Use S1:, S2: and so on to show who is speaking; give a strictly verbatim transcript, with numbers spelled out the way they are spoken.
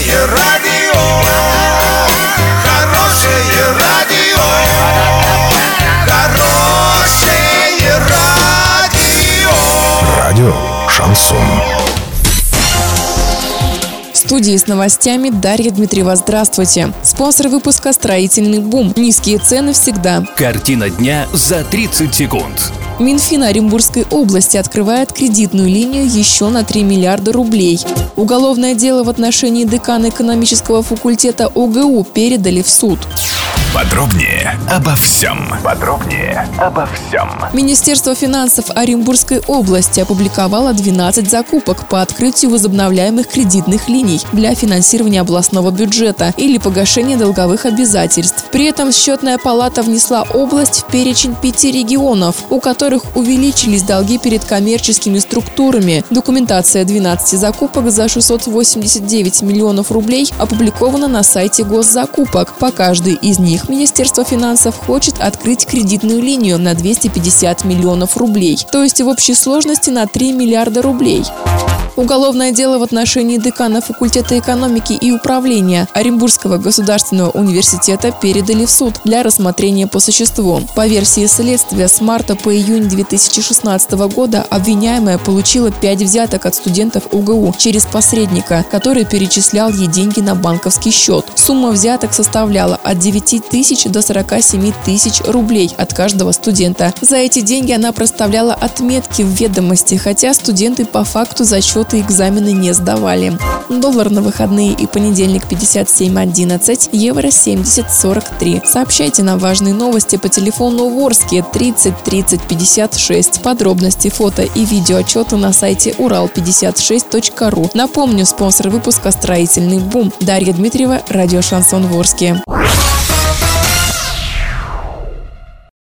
S1: Хорошее радио, хорошее радио, хорошее радио.
S2: Радио Шансон.
S3: В студии с новостями Дарья Дмитриева. Здравствуйте. Спонсор выпуска «Строительный бум». Низкие цены всегда.
S4: Картина дня за тридцать секунд.
S3: Минфин Оренбургской области открывает кредитную линию еще на три миллиарда рублей. Уголовное дело в отношении декана экономического факультета ОГУ передали в суд.
S2: Подробнее обо всем. Подробнее обо всем.
S3: Министерство финансов Оренбургской области опубликовало двенадцать закупок по открытию возобновляемых кредитных линий для финансирования областного бюджета или погашения долговых обязательств. При этом счетная палата внесла область в перечень пяти регионов, у которых увеличились долги перед коммерческими структурами. Документация двенадцати закупок за шестьсот восемьдесят девять миллионов рублей опубликована на сайте госзакупок. По каждой из них Министерство финансов хочет открыть кредитную линию на двести пятьдесят миллионов рублей, то есть в общей сложности на три миллиарда рублей. Уголовное дело в отношении декана факультета экономики и управления Оренбургского государственного университета передали в суд для рассмотрения по существу. По версии следствия, с марта по июнь две тысячи шестнадцатого года обвиняемая получила пять взяток от студентов УГУ через посредника, который перечислял ей деньги на банковский счет. Сумма взяток составляла от девяти тысяч до сорока семи тысяч рублей от каждого студента. За эти деньги она проставляла отметки в ведомости, хотя студенты по факту зачет и экзамены не сдавали. Доллар на выходные и понедельник пятьдесят семь одиннадцать, евро семьдесят сорок три. Сообщайте нам важные новости по телефону Ворске тридцать тридцать пятьдесят шесть. Подробности, фото и видеоотчеты на сайте урал пятьдесят шесть точка ру. Напомню, спонсор выпуска «Строительный бум». Дарья Дмитриева, радио Шансон Ворске.